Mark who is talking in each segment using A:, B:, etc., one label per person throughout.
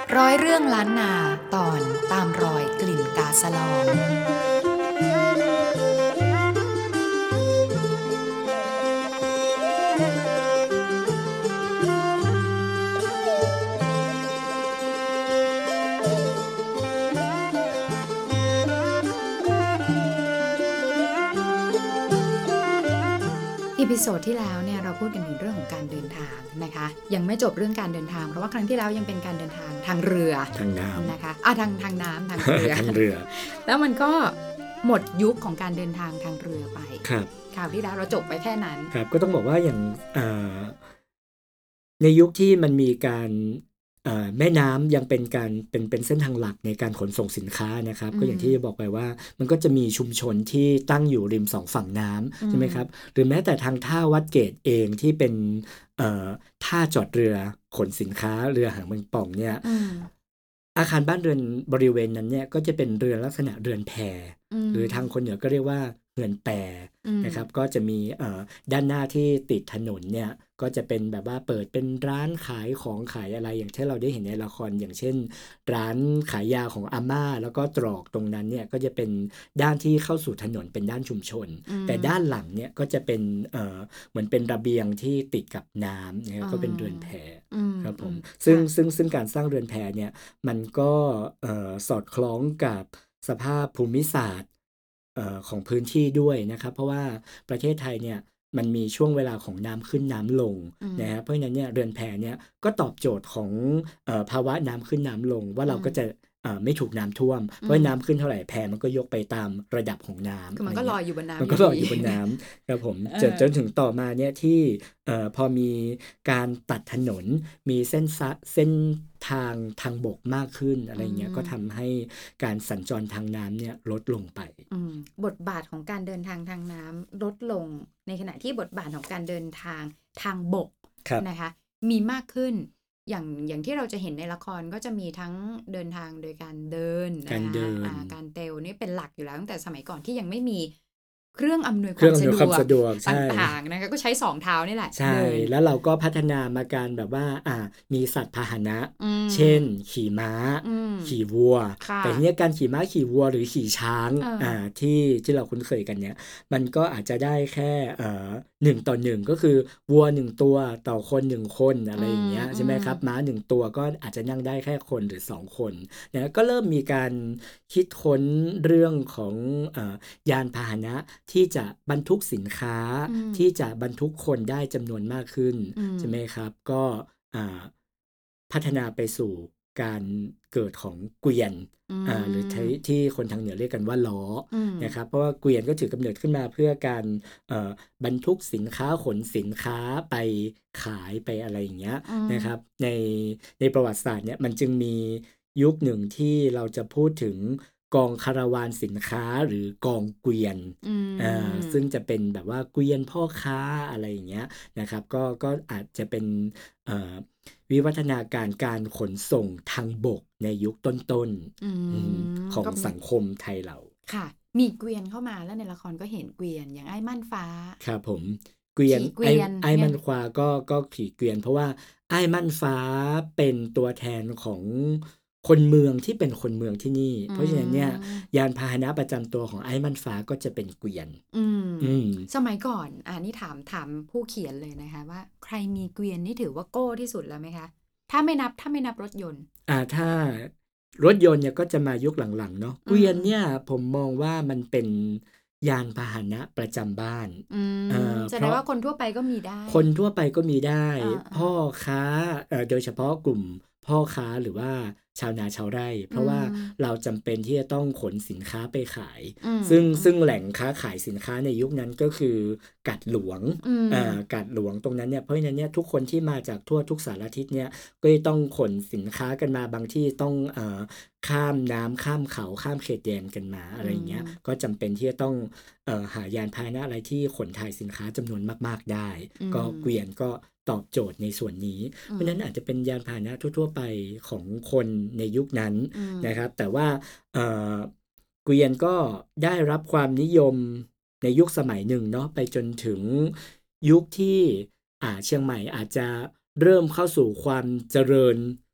A: ร้อยเรื่องล้านนาตอนตามรอยกลิ่นกาสะลองอีพิโซดที่แล้วเนี่ยเราพูดกันถึงเรื่องของการเดินทางนะคะยังไม่จบเรื่องการเดินทางเพราะว่าครั้งที่แล้วยังเป็นการเดินทางทางเรือ
B: ทางน้ำ
A: นะคะทางน้ำทางเรือ
B: ทางเรือ
A: แล้วมันก็หมดยุคของการเดินทางทางเรือไป
B: ครับ
A: คราวที่แล้วเราจบไปแค่นั้น
B: ครับก็ต้องบอกว่าอย่างในยุคที่มันมีการแม่น้ำยังเป็นการเป็นเส้นทางหลักในการขนส่งสินค้านะครับก็อย่างที่บอกไปว่ามันก็จะมีชุมชนที่ตั้งอยู่ริมสองฝั่งน้ำใช่ไหมครับหรือแม้แต่ทางท่าวัดเกตเองที่เป็นท่าจอดเรือขนสินค้าเรือหางแมงป่องเนี่ยอาคารบ้านเรือนบริเวณนั้นเนี่ยก็จะเป็นเรือนลักษณะเรือนแพหรือทางคนเหนือก็เรียกว่าเรือนแปนะครับก็จะมีด้านหน้าที่ติดถนนเนี่ยก็จะเป็นแบบว่าเปิดเป็นร้านขายของขายอะไรอย่างที่เราได้เห็นในละครอย่างเช่นร้านขายยาของอาม่าแล้วก็ตรอกตรงนั้นเนี่ยก็จะเป็นด้านที่เข้าสู่ถนนเป็นด้านชุมชนแต่ด้านหลังเนี่ยก็จะเป็นเหมือนเป็นระเบียงที่ติดกับน้ำนะครับก็เป็นเรือนแพครับผมซึ่งการสร้างเรือนแพเนี่ยมันก็สอดคล้องกับสภาพภูมิศาสตร์ของพื้นที่ด้วยนะครับเพราะว่าประเทศไทยเนี่ยมันมีช่วงเวลาของน้ำขึ้นน้ำลงนะครับเพราะฉะนั้นเนี่ยเรือนแพเนี่ยก็ตอบโจทย์ของภาวะน้ำขึ้นน้ำลงว่าเราก็จะไม่ถูกน้ำท่วมเพราะน้ำขึ้นเท่าไหร่แพมันก็ยกไปตามระดับของน้ำ
A: คือมันก็ลอยอยู่บนน้ำ
B: มันก็ลอยอยู่บนน้ำครับผมจนถึงต่อมาเนี่ยที่พอมีการตัดถนนมีเส้นทางบกมากขึ้นอะไรเงี้ยก็ทำให้การสัญจรทางน้ำเนี่ยลดลงไป
A: บทบาทของการเดินทางทางน้ำลดลงในขณะที่บทบาทของการเดินทางทางบกนะคะมีมากขึ้นอย่างที่เราจะเห็นในละครก็จะมีทั้งเดินทางโดยการเดินนะคะการเตลนี่เป็นหลักอยู่แล้วตั้งแต่สมัยก่อนที่ยังไม่มีเครื่องอำนวยความสะดวกต่างๆนะคะก็ใช้2เท้านี่แหละ
B: ใช่แล้วเราก็พัฒนามาการแบบว่ามีสัตว์พาหนะเช่นขี่ม้าขี่วัวแต่ทีนี้การขี่ม้าขี่วัวหรือขี่ช้างที่เราคุ้นเคยกันเนี่ยมันก็อาจจะได้แค่1:1ก็คือวัว1ตัวต่อคน1คนอะไรอย่างเงี้ยใช่ไหมครับม้า1ตัวก็อาจจะนั่งได้แค่คนหรือ2คนนะก็เริ่มมีการคิดค้นเรื่องของยานพาหนะที่จะบรรทุกสินค้าที่จะบรรทุกคนได้จำนวนมากขึ้นใช่ไหมครับก็พัฒนาไปสู่การเกิดของเกวียนหรือที่คนทางเหนือเรียกกันว่าล้อนะครับเพราะว่าเกวียนก็ถือกำเนิดขึ้นมาเพื่อการบรรทุกสินค้าขนสินค้าไปขายไปอะไรอย่างเงี้ยนะครับในประวัติศาสตร์เนี่ยมันจึงมียุคหนึ่งที่เราจะพูดถึงกองคาราวานสินค้าหรือกองเกวียนซึ่งจะเป็นแบบว่าเกวียนพ่อค้าอะไรอย่างเงี้ยนะครับก็อาจจะเป็นวิวัฒนาการขนส่งทางบกในยุคต้นๆของสังคมไทยเรา
A: ค่ะมีเกวียนเข้ามาแล้วในละครก็เห็นเกวียนอย่างไอ้มั่นฟ้า
B: ครับผมเกวียนไอ้มั่นฟ้าก็ขี่เกวียนเพราะว่าไอ้มั่นฟ้าเป็นตัวแทนของคนเมืองที่เป็นคนเมืองที่นี่เพราะฉะนั้นเนี่ยยานพาหนะประจำตัวของไอ้มั่นฟ้าก็จะเป็นเกวียน
A: สมัยก่อนนี่ถามผู้เขียนเลยนะคะว่าใครมีเกวียนนี่ถือว่าโก้ที่สุดแล้วไหมคะถ้าไม่นับรถยนต์
B: ถ้ารถยนต์เนี่ยก็จะมายุคหลังๆเนาะเกวียนเนี่ยผมมองว่ามันเป็นยานพาหนะประจำบ้าน
A: แสดงว่าคนทั่วไปก็มีได้
B: คนทั่วไปก็มีได้พ่อค้าโดยเฉพาะกลุ่มพ่อค้าหรือว่าชาวนาชาวไร่เพราะว่าเราจำเป็นที่จะต้องขนสินค้าไปขายซึ่งแหล่งค้าขายสินค้าในยุคนั้นก็คือกัดหลวงกัดหลวงตรงนั้นเนี่ยเพราะฉะนั้นเนี่ยทุกคนที่มาจากทั่วทุกสารทิศเนี่ยก็ต้องขนสินค้ากันมาบางที่ต้องข้ามน้ำข้ามเขาข้ามเขตแดนกันมาอะไรอย่างเงี้ยก็จำเป็นที่จะต้องหายานพาหนะอะไรที่ขนถ่ายสินค้าจำนวนมากๆได้ก็เกวียนก็ตอบโจทย์ในส่วนนี้เพราะนั้นอาจจะเป็นยานพาหนะทั่วๆไปของคนในยุคนั้นนะครับแต่ว่าเกวียนก็ได้รับความนิยมในยุคสมัยหนึ่งเนาะไปจนถึงยุคที่เชียงใหม่อาจจะเริ่มเข้าสู่ความเจริญ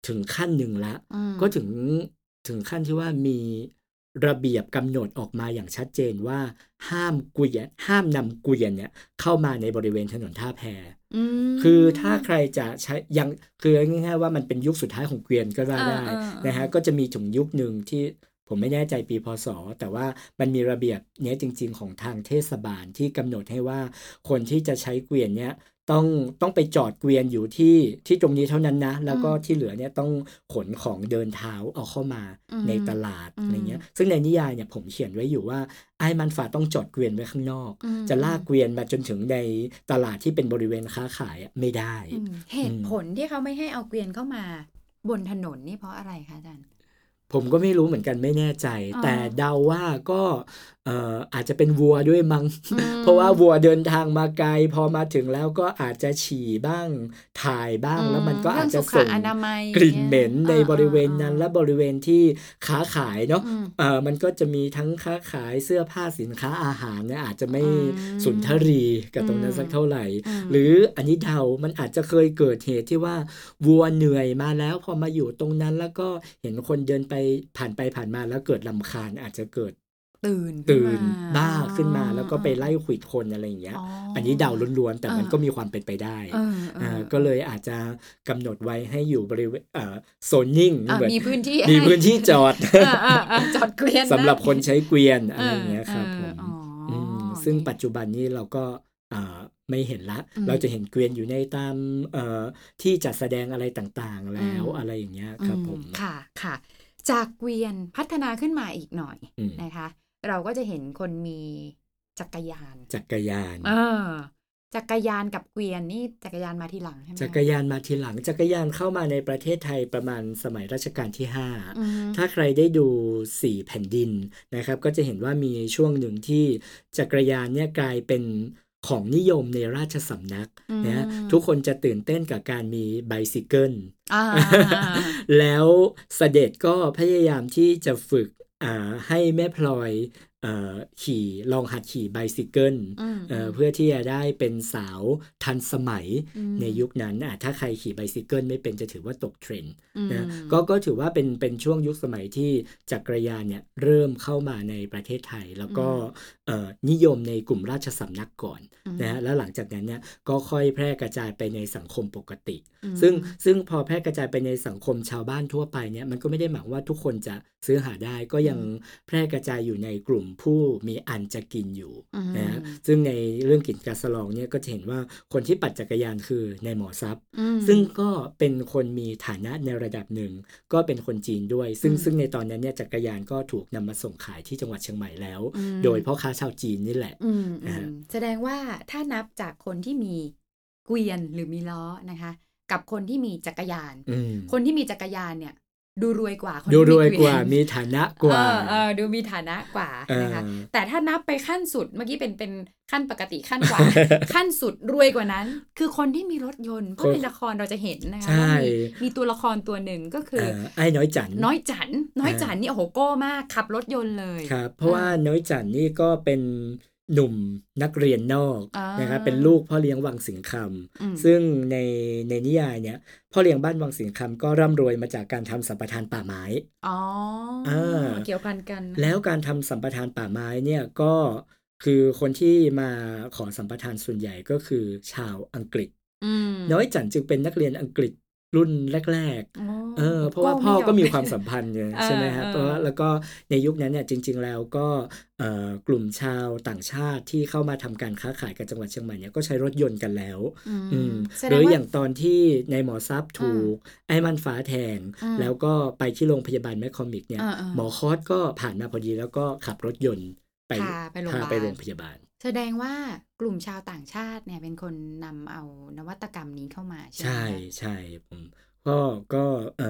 B: ถึงขั้นหนึ่งละก็ถึงขั้นที่ว่ามีระเบียบกำหนดออกมาอย่างชัดเจนว่าห้ามนำเกวียนเนี่ยเข้ามาในบริเวณถนนท่าแพคือถ้าใครจะใช้ยังคือง่ายๆว่ามันเป็นยุคสุดท้ายของเกวียนก็ว่าได้นะฮะก็จะมีถึงยุคหนึ่งที่ผมไม่แน่ใจปีพศแต่ว่ามันมีระเบียบเนี้ยจริงๆของทางเทศบาลที่กำหนดให้ว่าคนที่จะใช้เกวียนเนี้ยต้องไปจอดเกวียนอยู่ที่ตรงนี้เท่านั้นนะแล้วก็ที่เหลือเนี่ยต้องขนของเดินเท้าเอาเข้ามาในตลาดอะไรเงี้ยซึ่งในนิยายเนี่ยผมเขียนไว้อยู่ว่าไอ้มันฝาต้องจอดเกวียนไว้ข้างนอกจะลากเกวียนมาจนถึงในตลาดที่เป็นบริเวณค้าขายไม่ได้
A: เหตุผลที่เขาไม่ให้เอาเกวียนเข้ามาบนถนนนี่เพราะอะไรคะอาจารย์
B: ผมก็ไม่รู้เหมือนกันไม่แน่ใจแต่เดาว่าก็อาจจะเป็นวัวด้วยมั้ง เพราะว่าวัวเดินทางมาไกลพอมาถึงแล้วก็อาจจะฉี่บ้างถ่ายบ้างแล้วมันก็อาจจะส่งกลิ่นเหม็นในบริเวณนั้นและบริเวณที่ค้าขายเนาะมันก็จะมีทั้งค้าขายเสื้อผ้าสินค้าอาหารเนี่ยอาจจะไม่สุนทรีกับตรงนั้นสักเท่าไหร่หรืออันนี้เดามันอาจจะเคยเกิดเหตุที่ว่าวัวเหนื่อยมาแล้วพอมาอยู่ตรงนั้นแล้วก็เห็นคนเดินไปผ่านมาแล้วเกิดรำคาญอาจจะเกิดตื่นบ้าขึ้นมาแล้วก็ไปไล่ขวิดคนอะไรอย่างเงี้ยอันนี้เดาล้วนๆแต่มันก็มีความเป็นไปได้ก็เลยอาจจะกำหนดไว้ให้อยู่บริเวณโซนนิ่ง
A: มีพื้นที่
B: จอด
A: จอดเกวียน
B: สำหรับคนใช้เกวียนอะไรอย่างเงี้ยครับผมซึ่งปัจจุบันนี้เราก็ไม่เห็นละเราจะเห็นเกวียนอยู่ในตามที่จัดแสดงอะไรต่างๆแล้วอะไรอย่างเงี้ยครับผม
A: ค่ะจากเกวียนพัฒนาขึ้นมาอีกหน่อยนะคะเราก็จะเห็นคนมีจักรยานจักรยานกับเกวียนนี่จักรยานมาทีหลังใช่ไหม
B: จักรยานมาทีหลังจักรยานเข้ามาในประเทศไทยประมาณสมัยรัชกาลที่5ถ้าใครได้ดู4แผ่นดินนะครับก็จะเห็นว่ามีช่วงหนึ่งที่จักรยานเนี่ยกลายเป็นของนิยมในราชสำนักนะทุกคนจะตื่นเต้นกับการมีไบซิเคิลแล้วเสด็จก็พยายามที่จะฝึกให้แม่พลอยลองหัดขี่ไบซิเคิลเพื่อที่จะได้เป็นสาวทันสมัยในยุคนั้นถ้าใครขี่ไบซิเคิลไม่เป็นจะถือว่าตกเทรนด์นะก็ถือว่าเป็นช่วงยุคสมัยที่จักรยานเนี่ยเริ่มเข้ามาในประเทศไทยแล้วก็นิยมในกลุ่มราชสำนักก่อนนะแล้วหลังจากนั้นเนี่ยก็ค่อยแพร่กระจายไปในสังคมปกติซึ่งพอแพร่กระจายไปในสังคมชาวบ้านทั่วไปเนี่ยมันก็ไม่ได้หมายว่าทุกคนจะซื้อหาได้ก็ยังแพร่กระจายอยู่ในกลุ่มผู้มีอันจะกินอยู่นะซึ่งในเรื่องกินกาสลองเนี่ยก็จะเห็นว่าคนที่ปั่นจักรยานคือนายหมอทรัพย์ซึ่งก็เป็นคนมีฐานะในระดับหนึ่งก็เป็นคนจีนด้วยซึ่งในตอนนั้นเนี่ยจักรยานก็ถูกนำมาส่งขายที่จังหวัดเชียงใหม่แล้วโดยพ่อค้าชาวจีนนี่แหละ
A: แสดงว่าถ้านับจากคนที่มีเกวียนหรือมีล้อนะคะกับคนที่มีจักรยานคนที่มีจักรยานเนี่ยดูรวยกว่าคนที่มีเกวียน
B: ดูรวยกว่ามีฐานะกว่า
A: ดูมีฐานะกว่านะคะแต่ถ้านับไปขั้นสุดเมื่อกี้เป็นขั้นปกติขั้นกว่า ขั้นสุดรวยกว่านั้นคือคนที่มีรถยนต์เพราะในละครเราจะเห็นนะคะว่ามีตัวละครตัวหนึ่งก็คือ
B: ไอ้น้อยจัน
A: นี่โอ้โหโก้มากขับรถยนต์เลย
B: ครับเพราะว่าน้อยจันนี่ก็เป็นหนุ่มนักเรียนนอกนะครับเป็นลูกพ่อเลี้ยงวังสิงห์คำซึ่งในนิยายเนี่ยพ่อเลี้ยงบ้านวังสิงห์คำก็ร่ำรวยมาจากการทำสัมปทานป่าไม้
A: เกี่ยวพันกัน
B: แล้วการทำสัมปทานป่าไม้เนี่ยก็คือคนที่มาขอสัมปทานส่วนใหญ่ก็คือชาวอังกฤษน้อยจันจึงเป็นนักเรียนอังกฤษรุ่นแรกๆเพราะว่าพ่อก็มีความสัมพันธ์ไงใช่ไหมครับเพราะแล้วก็ในยุคนั้นเนี่ยจริงๆแล้วก็กลุ่มชาวต่างชาติที่เข้ามาทำการค้าขายกับจังหวัดเชียงใหม่เนี่ยก็ใช้รถยนต์กันแล้วหรืออย่างตอนที่ในหมอทรัพย์ถูกไอ้มันฟ้าแทงแล้วก็ไปที่โรงพยาบาลแมคคอมิกเนี่ยหมอคอสก็ผ่านมาพอดีแล้วก็ขับรถยนต์พาไปโรงพยาบาล
A: แสดงว่ากลุ่มชาวต่างชาติเนี่ยเป็นคนนำเอานวัตกรรมนี้เข้ามาใช่ไหม
B: ใช่ผมก็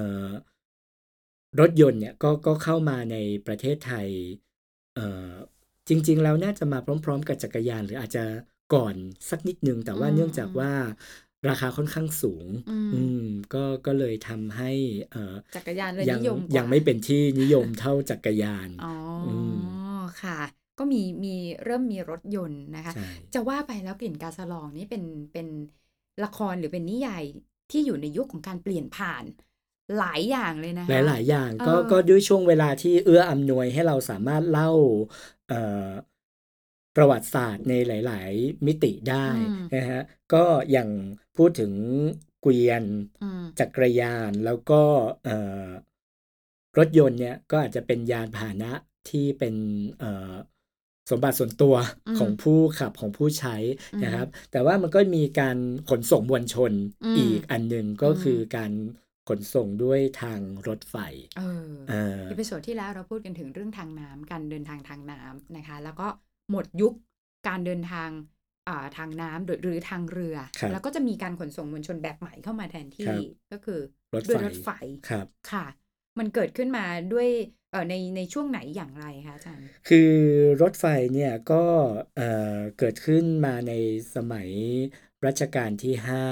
B: รถยนต์เนี่ยก็เข้ามาในประเทศไทยจริงๆแล้วน่าจะมาพร้อมๆกับจักรยานหรืออาจจะก่อนสักนิดนึงแต่ว่าเนื่องจากว่าราคาค่อนข้างสูงก็เลยทำให้
A: จักรยานเลยนิยม
B: ยังไม่เป็นที่นิยมเท่าจักรยาน
A: ค่ะก็มีเริ่มมีรถยนต์นะคะจะว่าไปแล้วกลิ่นกาสลองนี่เป็นละครหรือเป็นนิยายที่อยู่ในยุคของการเปลี่ยนผ่านหลายอย่างเลยนะคะ
B: หลายอย่างก็ด้วยช่วงเวลาที่เอื้ออำนวยให้เราสามารถเล่าประวัติศาสตร์ในหลายๆมิติได้นะฮะก็อย่างพูดถึงเกวียนจักรยานแล้วก็รถยนต์เนี่ยก็อาจจะเป็นยานพาหนะที่เป็นสมบัติส่วนตัวของผู้ขับของผู้ใช้นะครับแต่ว่ามันก็มีการขนส่งมวลชนอีกอันหนึ่งก็คือการขนส่งด้วยทางรถไฟ
A: อีพิโซดที่แล้วเราพูดกันถึงเรื่องทางน้ำการเดินทางทางน้ำนะคะแล้วก็หมดยุคการเดินทางทางน้ำหรือทางเรือแล้วก็จะมีการขนส่งมวลชนแบบใหม่เข้ามาแทนที่ก็คือด้วยรถไฟค่ะมันเกิดขึ้นมาด้วยในช่วงไหนอย่างไรคะอาจารย์
B: คือรถไฟเนี่ยก็เกิดขึ้นมาในสมัยรัชกาลที่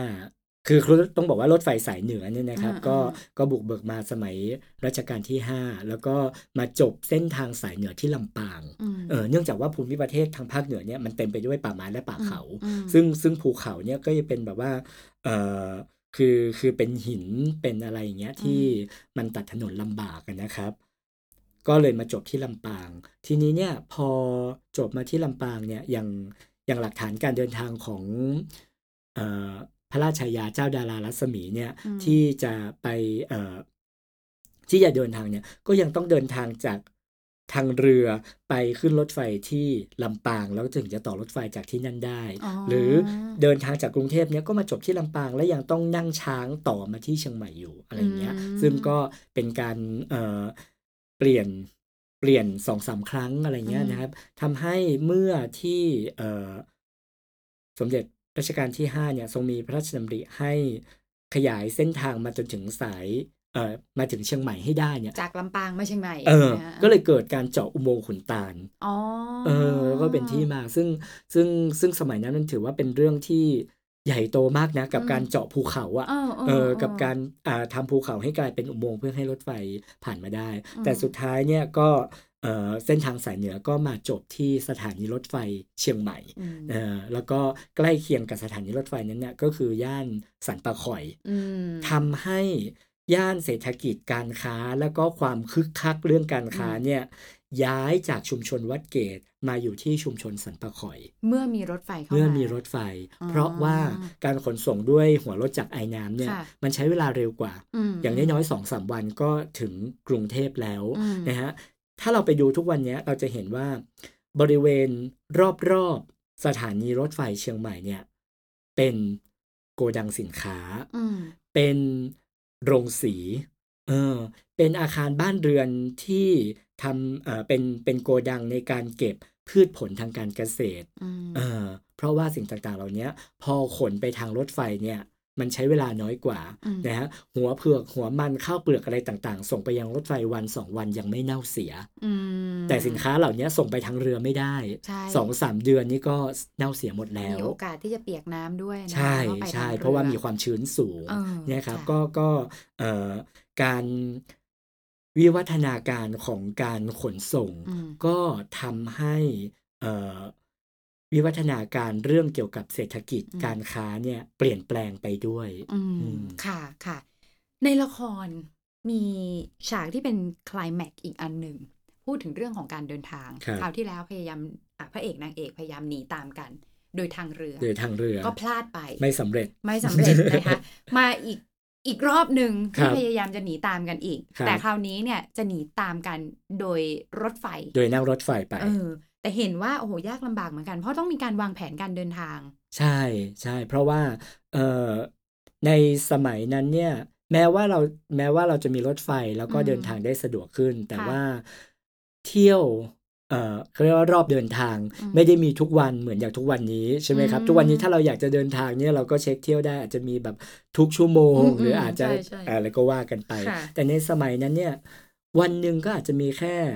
B: 5คือต้องบอกว่ารถไฟสายเหนือเนี่ยนะครับก็บุกเบิกมาสมัยรัชกาลที่5แล้วก็มาจบเส้นทางสายเหนือที่ลำปางเนื่องจากว่าภูมิประเทศทางภาคเหนือเนี่ยมันเต็มไปด้วยป่าไม้และป่าเขาซึ่งภูเขาเนี่ยก็จะเป็นแบบว่าคือเป็นหินเป็นอะไรอย่างเงี้ยที่มันตัดถนนลำบากนะครับก็เลยมาจบที่ลำปางทีนี้เนี่ยพอจบมาที่ลำปางเนี่ยอย่างหลักฐานการเดินทางของพระราชายาเจ้าดารารัศมีเนี่ยที่จะไปที่จะเดินทางเนี่ยก็ยังต้องเดินทางจากทางเรือไปขึ้นรถไฟที่ลำปางแล้วถึงจะต่อรถไฟจากที่นั่นได้หรือเดินทางจากกรุงเทพเนี่ยก็มาจบที่ลำปางแล้วยังต้องนั่งช้างต่อมาที่เชียงใหม่อยู่อะไรเงี้ยซึ่งก็เป็นการเปลี่ยน 2-3 ครั้งอะไรเงี้ยนะครับทำให้เมื่อที่สมเด็จรัชกาลที่5เนี่ยทรงมีพระราชดำริให้ขยายเส้นทางมาจนถึงสายมาถึงเชียงใหม่ให้ได้เนี่ย
A: จากลำปางมาเชียงใหม่
B: ก็เลยเกิดการเจาะอุโมงค์ขุนตาลก็เป็นที่มาซึ่งสมัยนั้นมันถือว่าเป็นเรื่องที่ใหญ่โตมากนะกับการเจาะภูเขากับการทำภูเขาให้กลายเป็นอุโมงค์เพื่อให้รถไฟผ่านมาได้แต่สุดท้ายเนี่ยก็เส้นทางสายเหนือก็มาจบที่สถานีรถไฟเชียงใหม่แล้วก็ใกล้เคียงกับสถานีรถไฟนั้นเนี่ยก็คือย่านสันป่าข่อยทำให้ย่านเศรษฐกิจการค้าแล้วก็ความคึกคักเรื่องการค้าเนี่ยย้ายจากชุมชนวัดเกตมาอยู่ที่ชุมชนสันป่าข่อย
A: เมื่อมีรถไฟเข้ามา
B: เมื่อมีรถไฟเพราะว่าการขนส่งด้วยหัวรถจักรไอน้ำเนี่ยมันใช้เวลาเร็วกว่าอย่างน้อยๆ 2-3 วันก็ถึงกรุงเทพแล้วนะฮะถ้าเราไปดูทุกวันนี้เราจะเห็นว่าบริเวณรอบๆสถานีรถไฟเชียงใหม่เนี่ยเป็นโกดังสินค้าเป็นโรงสีเป็นอาคารบ้านเรือนที่ทำเป็นโกดังในการเก็บพืชผลทางการเกษตรเพราะว่าสิ่งต่างๆเหล่านี้พอขนไปทางรถไฟเนี่ยมันใช้เวลาน้อยกว่านะฮะหัวเผือกหัวมันข้าวเปลือกอะไรต่างๆส่งไปยังรถไฟวัน2 วันยังไม่เน่าเสียแต่สินค้าเหล่านี้ส่งไปทางเรือไม่ได้ 2-3 เดือนนี่ก็เน่าเสียหมดแล้ว
A: มีโอกาสที่จะเปียกน้ำด้วยนะ
B: ใช่เพราะว่ามีความชื้นสูงเนี่ยครับก็การวิวัฒนาการของการขนส่งก็ทำให้วิวัฒนาการเรื่องเกี่ยวกับเศรษฐกิจการค้าเนี่ยเปลี่ยนแปลงไปด้วย
A: ค่ะในละครมีฉากที่เป็นไคลแม็กซ์อีกอันหนึ่งพูดถึงเรื่องของการเดินทางคราวที่แล้วพยายามพระเอกนางเอกพยายามหนีตามกันโดยทางเรือก็พลาดไป
B: ไม่สำเร็จ
A: นะคะมาอีกรอบหนึ่งที่พยายามจะหนีตามกันอีกแต่คราวนี้เนี่ยจะหนีตามกันโดยรถไฟ
B: โดยนั่งรถไฟไป
A: แต่เห็นว่าโอ้โหยากลำบากเหมือนกันเพราะต้องมีการวางแผนการเดินทาง
B: ใช่เพราะว่าในสมัยนั้นเนี่ยแม้ว่าเราจะมีรถไฟแล้วก็เดินทางได้สะดวกขึ้นแต่ว่าเที่ยวเขาเรียกว่ารอบเดินทางไม่ได้มีทุกวันเหมือนอย่างทุกวันนี้ใช่ไหมครับทุกวันนี้ถ้าเราอยากจะเดินทางเนี่ยเราก็เช็คเที่ยวได้อาจจะมีแบบทุกชั่วโมงหรืออาจจะอะไรก็ว่ากันไปแต่ในสมัยนั้นเนี่ยวันหนึ่งก็อาจจะมีแค่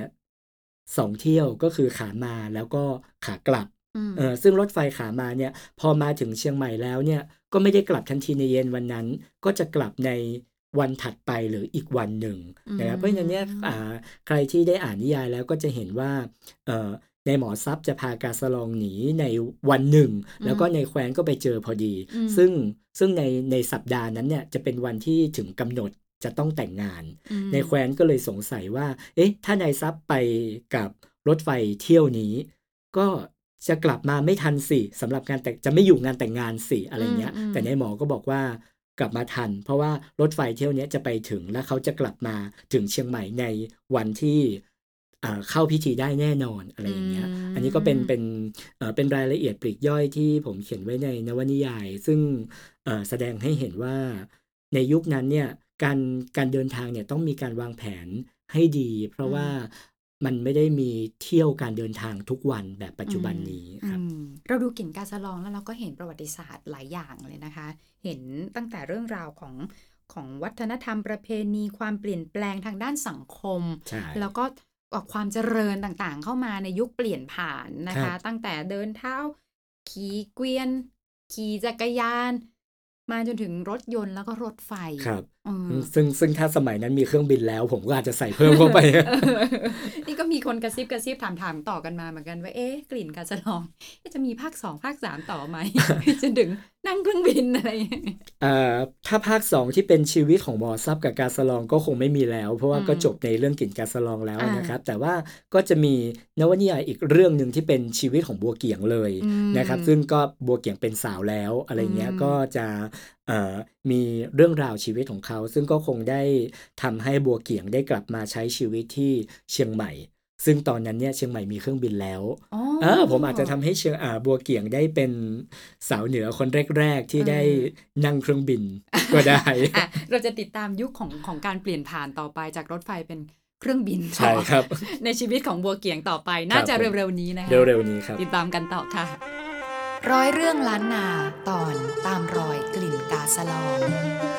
B: 2 เที่ยวก็คือขามาแล้วก็ขากลับซึ่งรถไฟขามาเนี่ยพอมาถึงเชียงใหม่แล้วเนี่ยก็ไม่ได้กลับทันทีในเย็นวันนั้นก็จะกลับในวันถัดไปหรืออีกวันหนึ่งนะครับเพราะฉะนั้นเนี่ยใครที่ได้อ่านนิยายแล้วก็จะเห็นว่าในหมอทรัพย์จะพากาสะลองหนีในวันหนึ่งแล้วก็ในแคว้นก็ไปเจอพอดีซึ่งในสัปดาห์นั้นเนี่ยจะเป็นวันที่ถึงกำหนดจะต้องแต่งงานในแคว้นก็เลยสงสัยว่าถ้านายทรัพย์ไปกับรถไฟเที่ยวนี้ก็จะกลับมาไม่ทันสิสำหรับงานแต่งจะไม่อยู่งานแต่งงานสิอะไรเงี้ยแต่นายหมอก็บอกว่ากลับมาทันเพราะว่ารถไฟเที่ยวนี้จะไปถึงและเขาจะกลับมาถึงเชียงใหม่ในวันที่เข้าพิธีได้แน่นอนอะไรอย่างเงี้ยอันนี้ก็เป็นรายละเอียดปลีกย่อยที่ผมเขียนไว้ในนวนิยายซึ่งแสดงให้เห็นว่าในยุคนั้นเนี่ยการเดินทางเนี่ยต้องมีการวางแผนให้ดีเพราะว่ามันไม่ได้มีเที่ยวการเดินทางทุกวันแบบปัจจุบันนี้ครับ
A: เราดูกลิ่นกาสะลองแล้วเราก็เห็นประวัติศาสตร์หลายอย่างเลยนะคะเห็นตั้งแต่เรื่องราวของวัฒนธรรมประเพณีความเปลี่ยนแปลงทางด้านสังคมแล้วก็ความเจริญต่างๆเข้ามาในยุคเปลี่ยนผ่านนะคะตั้งแต่เดินเท้าขี่เกวียนขี่จักรยานมาจนถึงรถยนต์แล้วก็รถไฟ
B: ครับซึ่งถ้าสมัยนั้นมีเครื่องบินแล้วผมก็อาจจะใส่เพิ่มเข้าไป
A: นี่ก็มีคนกระซิบถามต่อกันมาเหมือนกันว่ากลิ่นกาสะลองจะมีภาค2ภาค3ต่อไหม จนถึงนั่งเครื่องบินอะไร
B: ถ้าภาค2ที่เป็นชีวิตของหมอทรัพย์กับกาสะลองก็คงไม่มีแล้วเพราะว่าก็จบในเรื่องกลิ่นกาสะลองแล้วนะครับแต่ว่าก็จะมีนวนิยายอีกเรื่องนึงที่เป็นชีวิตของบัวเกียงเลยนะครับซึ่งก็บัวเกียงเป็นสาวแล้วอะไรเงี้ยก็จะมีเรื่องราวชีวิตของเขาซึ่งก็คงได้ทำให้บัวเกียงได้กลับมาใช้ชีวิตที่เชียงใหม่ซึ่งตอนนั้นเนี่ยเชียงใหม่มีเครื่องบินแล้วผมอาจจะทำให้บัวเกียงได้เป็นสาวเหนือคนแรกๆที่ได้นั่งเครื่องบินก็ได้
A: เราจะติดตามยุคของการเปลี่ยนผ่านต่อไปจากรถไฟเป็นเครื่องบิน
B: ใช่ครับ
A: ในชีวิตของบัวเกียงต่อไปน่าจะเร็วๆนี้นะคะ
B: เร็วๆนี้ครับ
A: ติดตามกันต่อค่ะร้อยเรื่องล้านนาตอนตามรอยกลิ่นกาสะลอง